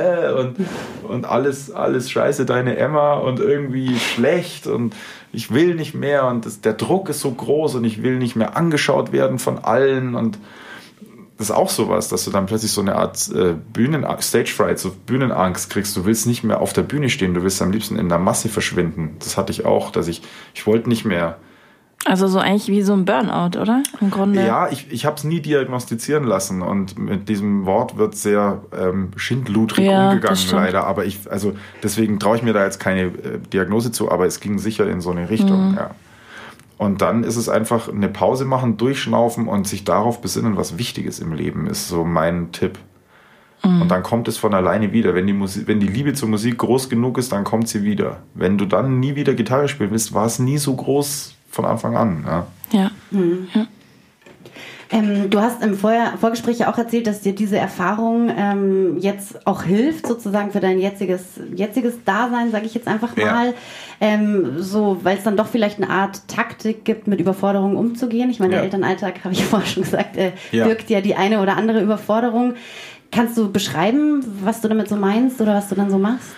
alles scheiße, deine Emma und irgendwie schlecht und ich will nicht mehr und der Druck ist so groß und ich will nicht mehr angeschaut werden von allen und das ist auch sowas, dass du dann plötzlich so eine Art Stage-Fright, so Bühnenangst kriegst. Du willst nicht mehr auf der Bühne stehen, du willst am liebsten in der Masse verschwinden. Das hatte ich auch, dass ich wollte nicht mehr. Also so eigentlich wie so ein Burnout, oder? Im Grunde. Ja, ich habe es nie diagnostizieren lassen und mit diesem Wort wird sehr schindludrig umgegangen leider. Aber deswegen traue ich mir da jetzt keine Diagnose zu, aber es ging sicher in so eine Richtung, ja. Und dann ist es einfach eine Pause machen, durchschnaufen und sich darauf besinnen, was Wichtiges im Leben ist, so mein Tipp. Und dann kommt es von alleine wieder. Wenn die Liebe zur Musik groß genug ist, dann kommt sie wieder. Wenn du dann nie wieder Gitarre spielen willst, war es nie so groß von Anfang an. Ja. Ja. Du hast im Vorgespräch ja auch erzählt, dass dir diese Erfahrung jetzt auch hilft, sozusagen für dein jetziges Dasein, sage ich jetzt einfach mal. Ja. Weil es dann doch vielleicht eine Art Taktik gibt, mit Überforderungen umzugehen. Ich meine, der Elternalltag, habe ich vorher schon gesagt, birgt ja die eine oder andere Überforderung. Kannst du beschreiben, was du damit so meinst oder was du dann so machst?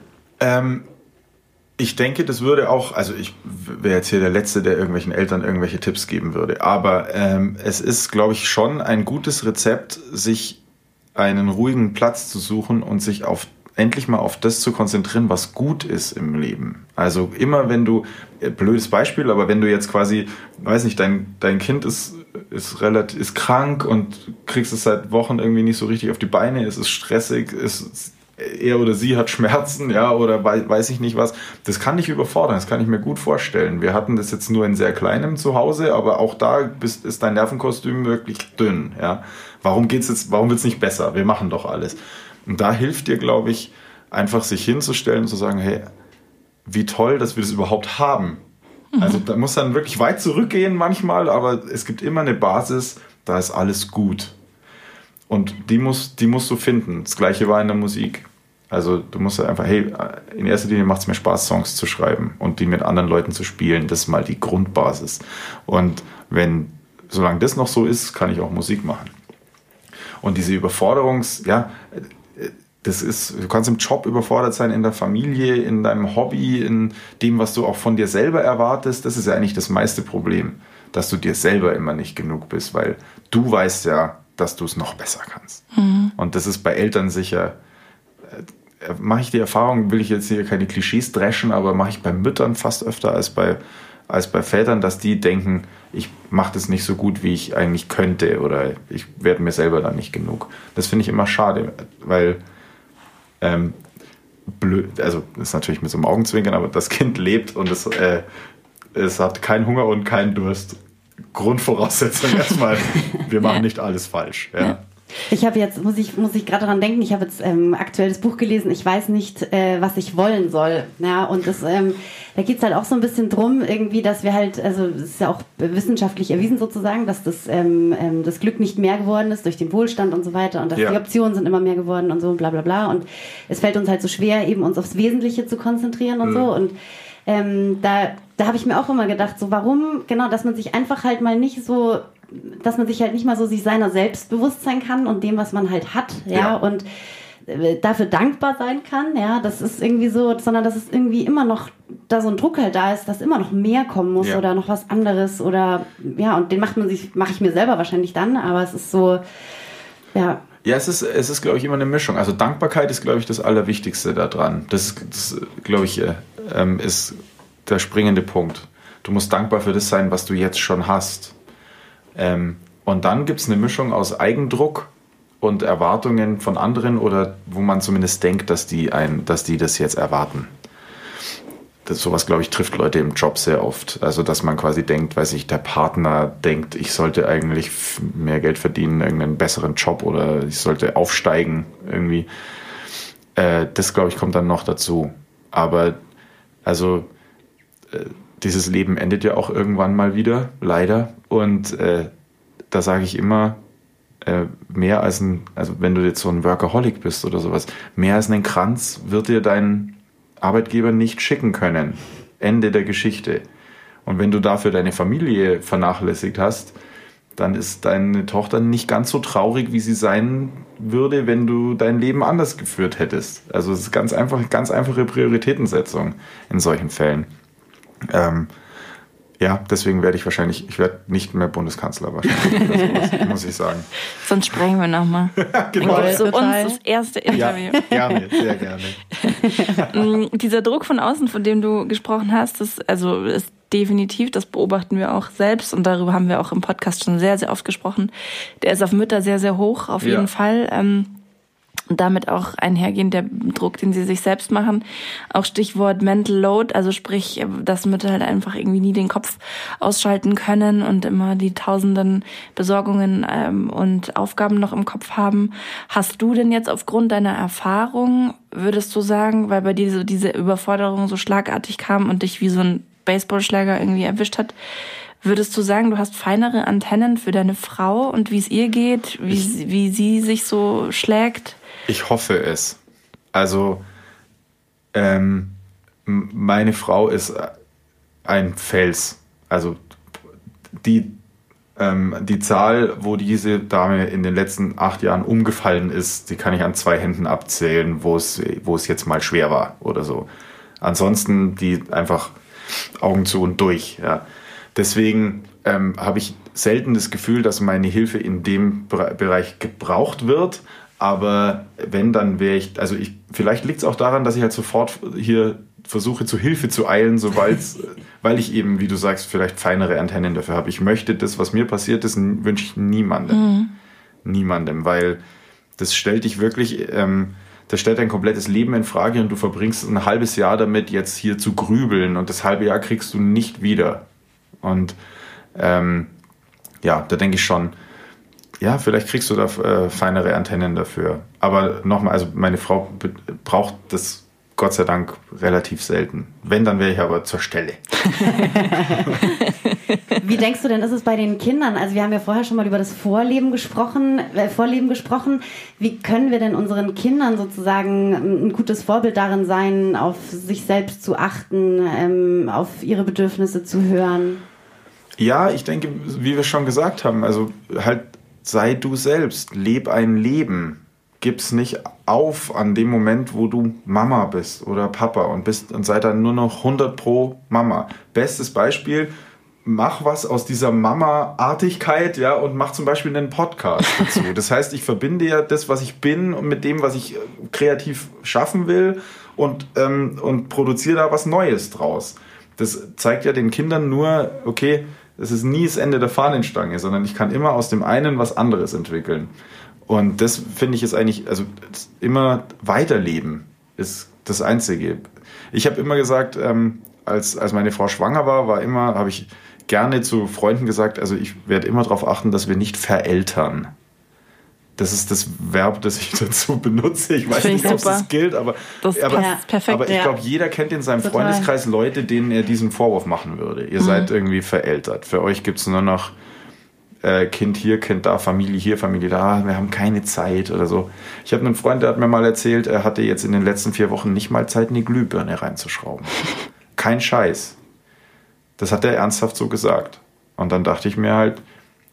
Ich denke, das würde auch, also ich wäre jetzt hier der Letzte, der irgendwelchen Eltern irgendwelche Tipps geben würde, aber es ist, glaube ich, schon ein gutes Rezept, sich einen ruhigen Platz zu suchen und sich endlich mal auf das zu konzentrieren, was gut ist im Leben. Also immer wenn du, blödes Beispiel, aber wenn du jetzt quasi, weiß nicht, dein Kind ist krank und kriegst es seit Wochen irgendwie nicht so richtig auf die Beine, es ist stressig, er oder sie hat Schmerzen, ja, oder weiß ich nicht was. Das kann dich überfordern, das kann ich mir gut vorstellen. Wir hatten das jetzt nur in sehr kleinem Zuhause, aber auch da ist dein Nervenkostüm wirklich dünn, ja. Warum wird es nicht besser? Wir machen doch alles. Und da hilft dir, glaube ich, einfach sich hinzustellen und zu sagen, hey, wie toll, dass wir das überhaupt haben. Also da muss dann wirklich weit zurückgehen manchmal, aber es gibt immer eine Basis, da ist alles gut. Und die musst du finden. Das Gleiche war in der Musik. Also du musst einfach, hey, in erster Linie macht es mir Spaß, Songs zu schreiben und die mit anderen Leuten zu spielen. Das ist mal die Grundbasis. Und solange das noch so ist, kann ich auch Musik machen. Und diese du kannst im Job überfordert sein, in der Familie, in deinem Hobby, in dem, was du auch von dir selber erwartest. Das ist ja eigentlich das meiste Problem, dass du dir selber immer nicht genug bist, weil du weißt ja, dass du es noch besser kannst. Und das ist bei Eltern sicher, mache ich die Erfahrung, will ich jetzt hier keine Klischees dreschen, aber mache ich bei Müttern fast öfter als bei Vätern, dass die denken, ich mache das nicht so gut, wie ich eigentlich könnte oder ich werde mir selber dann nicht genug. Das finde ich immer schade, weil also das ist natürlich mit so einem Augenzwinkern, aber das Kind lebt und es hat keinen Hunger und keinen Durst. Grundvoraussetzung erstmal, wir machen nicht alles falsch. Ja. Ich habe jetzt, muss ich gerade daran denken, ich habe jetzt aktuell das Buch gelesen, ich weiß nicht, was ich wollen soll. Ja, und das da geht es halt auch so ein bisschen drum, irgendwie, dass wir halt, also es ist ja auch wissenschaftlich erwiesen sozusagen, dass das Glück nicht mehr geworden ist durch den Wohlstand und so weiter und dass die Optionen sind immer mehr geworden und so und bla bla bla. Und es fällt uns halt so schwer, eben uns aufs Wesentliche zu konzentrieren und so. Und da habe ich mir auch immer gedacht, so warum, genau, dass man sich einfach halt mal nicht so, dass man sich halt nicht mal so sich seiner selbst bewusst sein kann und dem, was man halt hat, ja. Und dafür dankbar sein kann, ja, das ist irgendwie so, sondern dass es irgendwie immer noch da so ein Druck halt da ist, dass immer noch mehr kommen muss oder noch was anderes oder, ja, und den mache ich mir selber wahrscheinlich dann, aber es ist so, ja. Ja, es ist, glaube ich, immer eine Mischung. Also Dankbarkeit ist, glaube ich, das Allerwichtigste daran. Das glaube ich, ist der springende Punkt. Du musst dankbar für das sein, was du jetzt schon hast. Und dann gibt es eine Mischung aus Eigendruck und Erwartungen von anderen oder wo man zumindest denkt, dass die das jetzt erwarten. Sowas, glaube ich, trifft Leute im Job sehr oft. Also, dass man quasi denkt, weiß ich, der Partner denkt, ich sollte eigentlich mehr Geld verdienen, irgendeinen besseren Job oder ich sollte aufsteigen irgendwie. Das, glaube ich, kommt dann noch dazu. Aber, also, dieses Leben endet ja auch irgendwann mal wieder, leider. Und da sage ich immer, mehr als also wenn du jetzt so ein Workaholic bist oder sowas, mehr als einen Kranz wird dir dein Arbeitgeber nicht schicken können. Ende der Geschichte. Und wenn du dafür deine Familie vernachlässigt hast, dann ist deine Tochter nicht ganz so traurig, wie sie sein würde, wenn du dein Leben anders geführt hättest. Also es ist ganz einfache Prioritätensetzung in solchen Fällen. Ja, deswegen werde ich werde nicht mehr Bundeskanzler wahrscheinlich, muss ich sagen. Sonst sprechen wir nochmal. Genau. Dann zu uns das erste Interview. Ja, gerne, sehr gerne. Dieser Druck von außen, von dem du gesprochen hast, ist definitiv, das beobachten wir auch selbst und darüber haben wir auch im Podcast schon sehr, sehr oft gesprochen. Der ist auf Mütter sehr, sehr hoch, auf jeden Fall. Und damit auch einhergehend der Druck, den sie sich selbst machen. Auch Stichwort Mental Load, also sprich, dass Mütter halt einfach irgendwie nie den Kopf ausschalten können und immer die tausenden Besorgungen und Aufgaben noch im Kopf haben. Hast du denn jetzt aufgrund deiner Erfahrung, würdest du sagen, weil bei dir so diese Überforderung so schlagartig kam und dich wie so ein Baseballschläger irgendwie erwischt hat, würdest du sagen, du hast feinere Antennen für deine Frau und wie es ihr geht, wie sie sich so schlägt? Ich hoffe es. Also, meine Frau ist ein Fels. Also, die Zahl, wo diese Dame in den letzten 8 Jahren umgefallen ist, die kann ich an 2 Händen abzählen, wo es jetzt mal schwer war oder so. Ansonsten die einfach Augen zu und durch. Ja. Deswegen habe ich selten das Gefühl, dass meine Hilfe in dem Bereich gebraucht wird. Aber wenn, dann wäre vielleicht liegt es auch daran, dass ich halt sofort hier versuche, zu Hilfe zu eilen, weil ich eben, wie du sagst, vielleicht feinere Antennen dafür habe. Ich möchte das, was mir passiert ist, wünsche ich niemandem. Mhm. Niemandem, weil das stellt dich wirklich, das stellt dein komplettes Leben in Frage und du verbringst ein halbes Jahr damit, jetzt hier zu grübeln und das halbe Jahr kriegst du nicht wieder. Und da denke ich schon, ja, vielleicht kriegst du da feinere Antennen dafür. Aber nochmal, also meine Frau braucht das Gott sei Dank relativ selten. Wenn, dann wäre ich aber zur Stelle. Wie denkst du denn, ist es bei den Kindern? Also wir haben ja vorher schon mal über das Vorleben gesprochen. Wie können wir denn unseren Kindern sozusagen ein gutes Vorbild darin sein, auf sich selbst zu achten, auf ihre Bedürfnisse zu hören? Ja, ich denke, wie wir schon gesagt haben, also halt sei du selbst, leb ein Leben. Gib's nicht auf an dem Moment, wo du Mama bist oder Papa und sei dann nur noch 100% Mama. Bestes Beispiel, mach was aus dieser Mama-Artigkeit, ja, und mach zum Beispiel einen Podcast dazu. Das heißt, ich verbinde ja das, was ich bin und mit dem, was ich kreativ schaffen will und produziere da was Neues draus. Das zeigt ja den Kindern nur, okay, es ist nie das Ende der Fahnenstange, sondern ich kann immer aus dem einen was anderes entwickeln. Und das finde ich ist eigentlich, also immer weiterleben ist das Einzige. Ich habe immer gesagt, als meine Frau schwanger war, habe ich gerne zu Freunden gesagt, also ich werde immer darauf achten, dass wir nicht vereltern. Das ist das Verb, das ich dazu benutze. Ich weiß nicht, ob es das gilt, aber das passt perfekt. Aber ich glaube, jeder kennt in seinem Freundeskreis Leute, denen er diesen Vorwurf machen würde. Ihr seid irgendwie verältert. Für euch gibt es nur noch Kind hier, Kind da, Familie hier, Familie da. Wir haben keine Zeit oder so. Ich habe einen Freund, der hat mir mal erzählt, er hatte jetzt in den letzten 4 Wochen nicht mal Zeit, eine Glühbirne reinzuschrauben. Kein Scheiß. Das hat er ernsthaft so gesagt. Und dann dachte ich mir halt,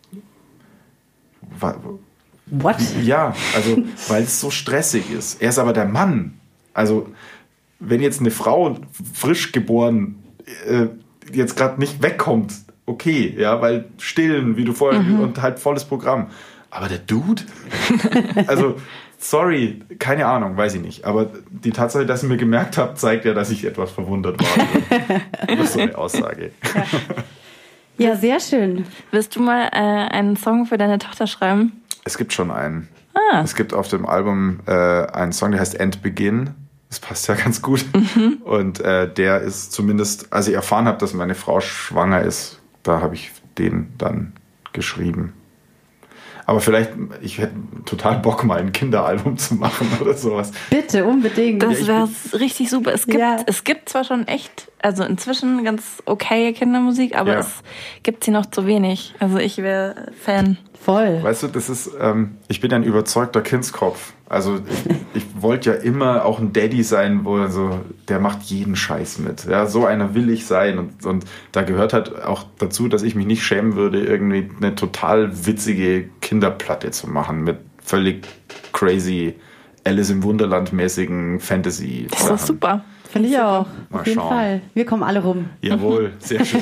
What? Ja, also weil es so stressig ist. Er ist aber der Mann. Also wenn jetzt eine Frau frisch geboren jetzt gerade nicht wegkommt, okay, ja, weil stillen, wie du vorher, und halt volles Programm. Aber der Dude? Also, sorry, keine Ahnung, weiß ich nicht. Aber die Tatsache, dass ich mir gemerkt habe, zeigt ja, dass ich etwas verwundert war. Das ist so eine Aussage. Ja, sehr schön. Willst du mal einen Song für deine Tochter schreiben? Es gibt schon einen. Es gibt auf dem Album einen Song, der heißt End Begin. Das passt ja ganz gut. Und der ist zumindest, als ich erfahren habe, dass meine Frau schwanger ist, da habe ich den dann geschrieben. Aber vielleicht, ich hätte total Bock, mal ein Kinderalbum zu machen oder sowas. Bitte, unbedingt. Das wäre richtig super. Es gibt zwar schon echt, also inzwischen ganz okay Kindermusik, aber es gibt sie noch zu wenig. Also ich wäre Fan. Voll. Weißt du, das ist, ich bin ja ein überzeugter Kindskopf. Also ich wollte ja immer auch ein Daddy sein, wo so, der macht jeden Scheiß mit. Ja, so einer will ich sein. Und da gehört halt auch dazu, dass ich mich nicht schämen würde, irgendwie eine total witzige Kinderplatte zu machen mit völlig crazy Alice im Wunderland-mäßigen Fantasy. Das ist doch super. Finde ich auch. Mal Auf jeden schauen. Fall. Wir kommen alle rum. Jawohl, sehr schön.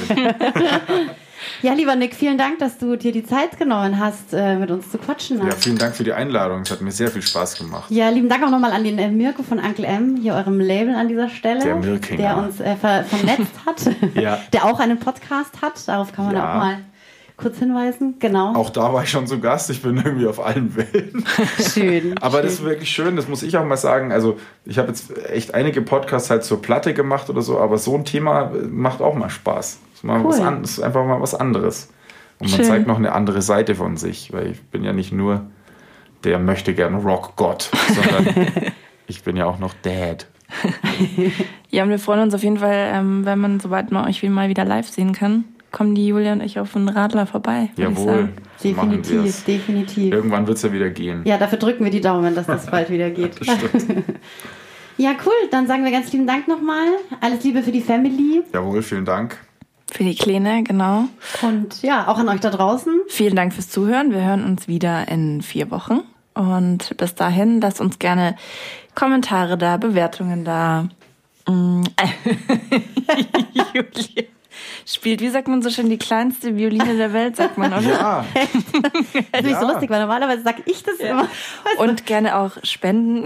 Ja, lieber Nick, vielen Dank, dass du dir die Zeit genommen hast, mit uns zu quatschen. Ja, vielen Dank für die Einladung. Es hat mir sehr viel Spaß gemacht. Ja, lieben Dank auch nochmal an den Mirko von Uncle M, hier eurem Label an dieser Stelle. Der Mirkinger. Der uns vernetzt hat. Ja. Der auch einen Podcast hat. Darauf kann man auch mal kurz hinweisen. Genau. Auch da war ich schon zu Gast. Ich bin irgendwie auf allen Wellen. Schön. Aber das ist wirklich schön, das muss ich auch mal sagen. Also ich habe jetzt echt einige Podcasts halt zur Platte gemacht oder so, aber so ein Thema macht auch mal Spaß. Das ist einfach mal was anderes. Und man zeigt noch eine andere Seite von sich, weil ich bin ja nicht nur der möchte gerne Rock-Gott, sondern ich bin ja auch noch Dad. Ja, und wir freuen uns auf jeden Fall, wenn man, sobald man euch mal wieder live sehen kann, kommen die Julia und ich auf den Radler vorbei. Jawohl. Definitiv. Irgendwann wird es ja wieder gehen. Ja, dafür drücken wir die Daumen, dass das bald wieder geht. Das stimmt. Ja, cool. Dann sagen wir ganz lieben Dank nochmal. Alles Liebe für die Family. Jawohl, vielen Dank. Für die Kleine, genau. Und ja, auch an euch da draußen. Vielen Dank fürs Zuhören. Wir hören uns wieder in 4 Wochen. Und bis dahin, lasst uns gerne Kommentare da, Bewertungen da. Julia spielt, wie sagt man so schön, die kleinste Violine der Welt, sagt man, oder? Ja. Das ist nicht so lustig, weil normalerweise sage ich das immer. Und gerne auch spenden,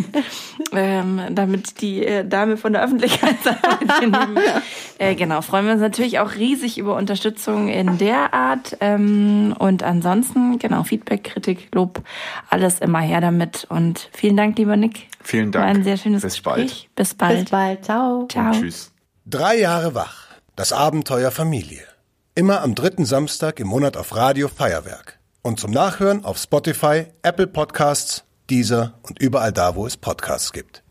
damit die Dame von der Öffentlichkeitsarbeit nehmen. Genau, freuen wir uns natürlich auch riesig über Unterstützung in der Art. Und ansonsten, genau, Feedback, Kritik, Lob, alles immer her damit. Und vielen Dank, lieber Nick. Vielen Dank. War ein sehr schönes Gespräch. Bis bald. Bis bald. Ciao. Ciao. Und tschüss. 3 Jahre wach. Das Abenteuer Familie. Immer am 3. Samstag im Monat auf Radio Feuerwerk. Und zum Nachhören auf Spotify, Apple Podcasts, Deezer und überall da, wo es Podcasts gibt.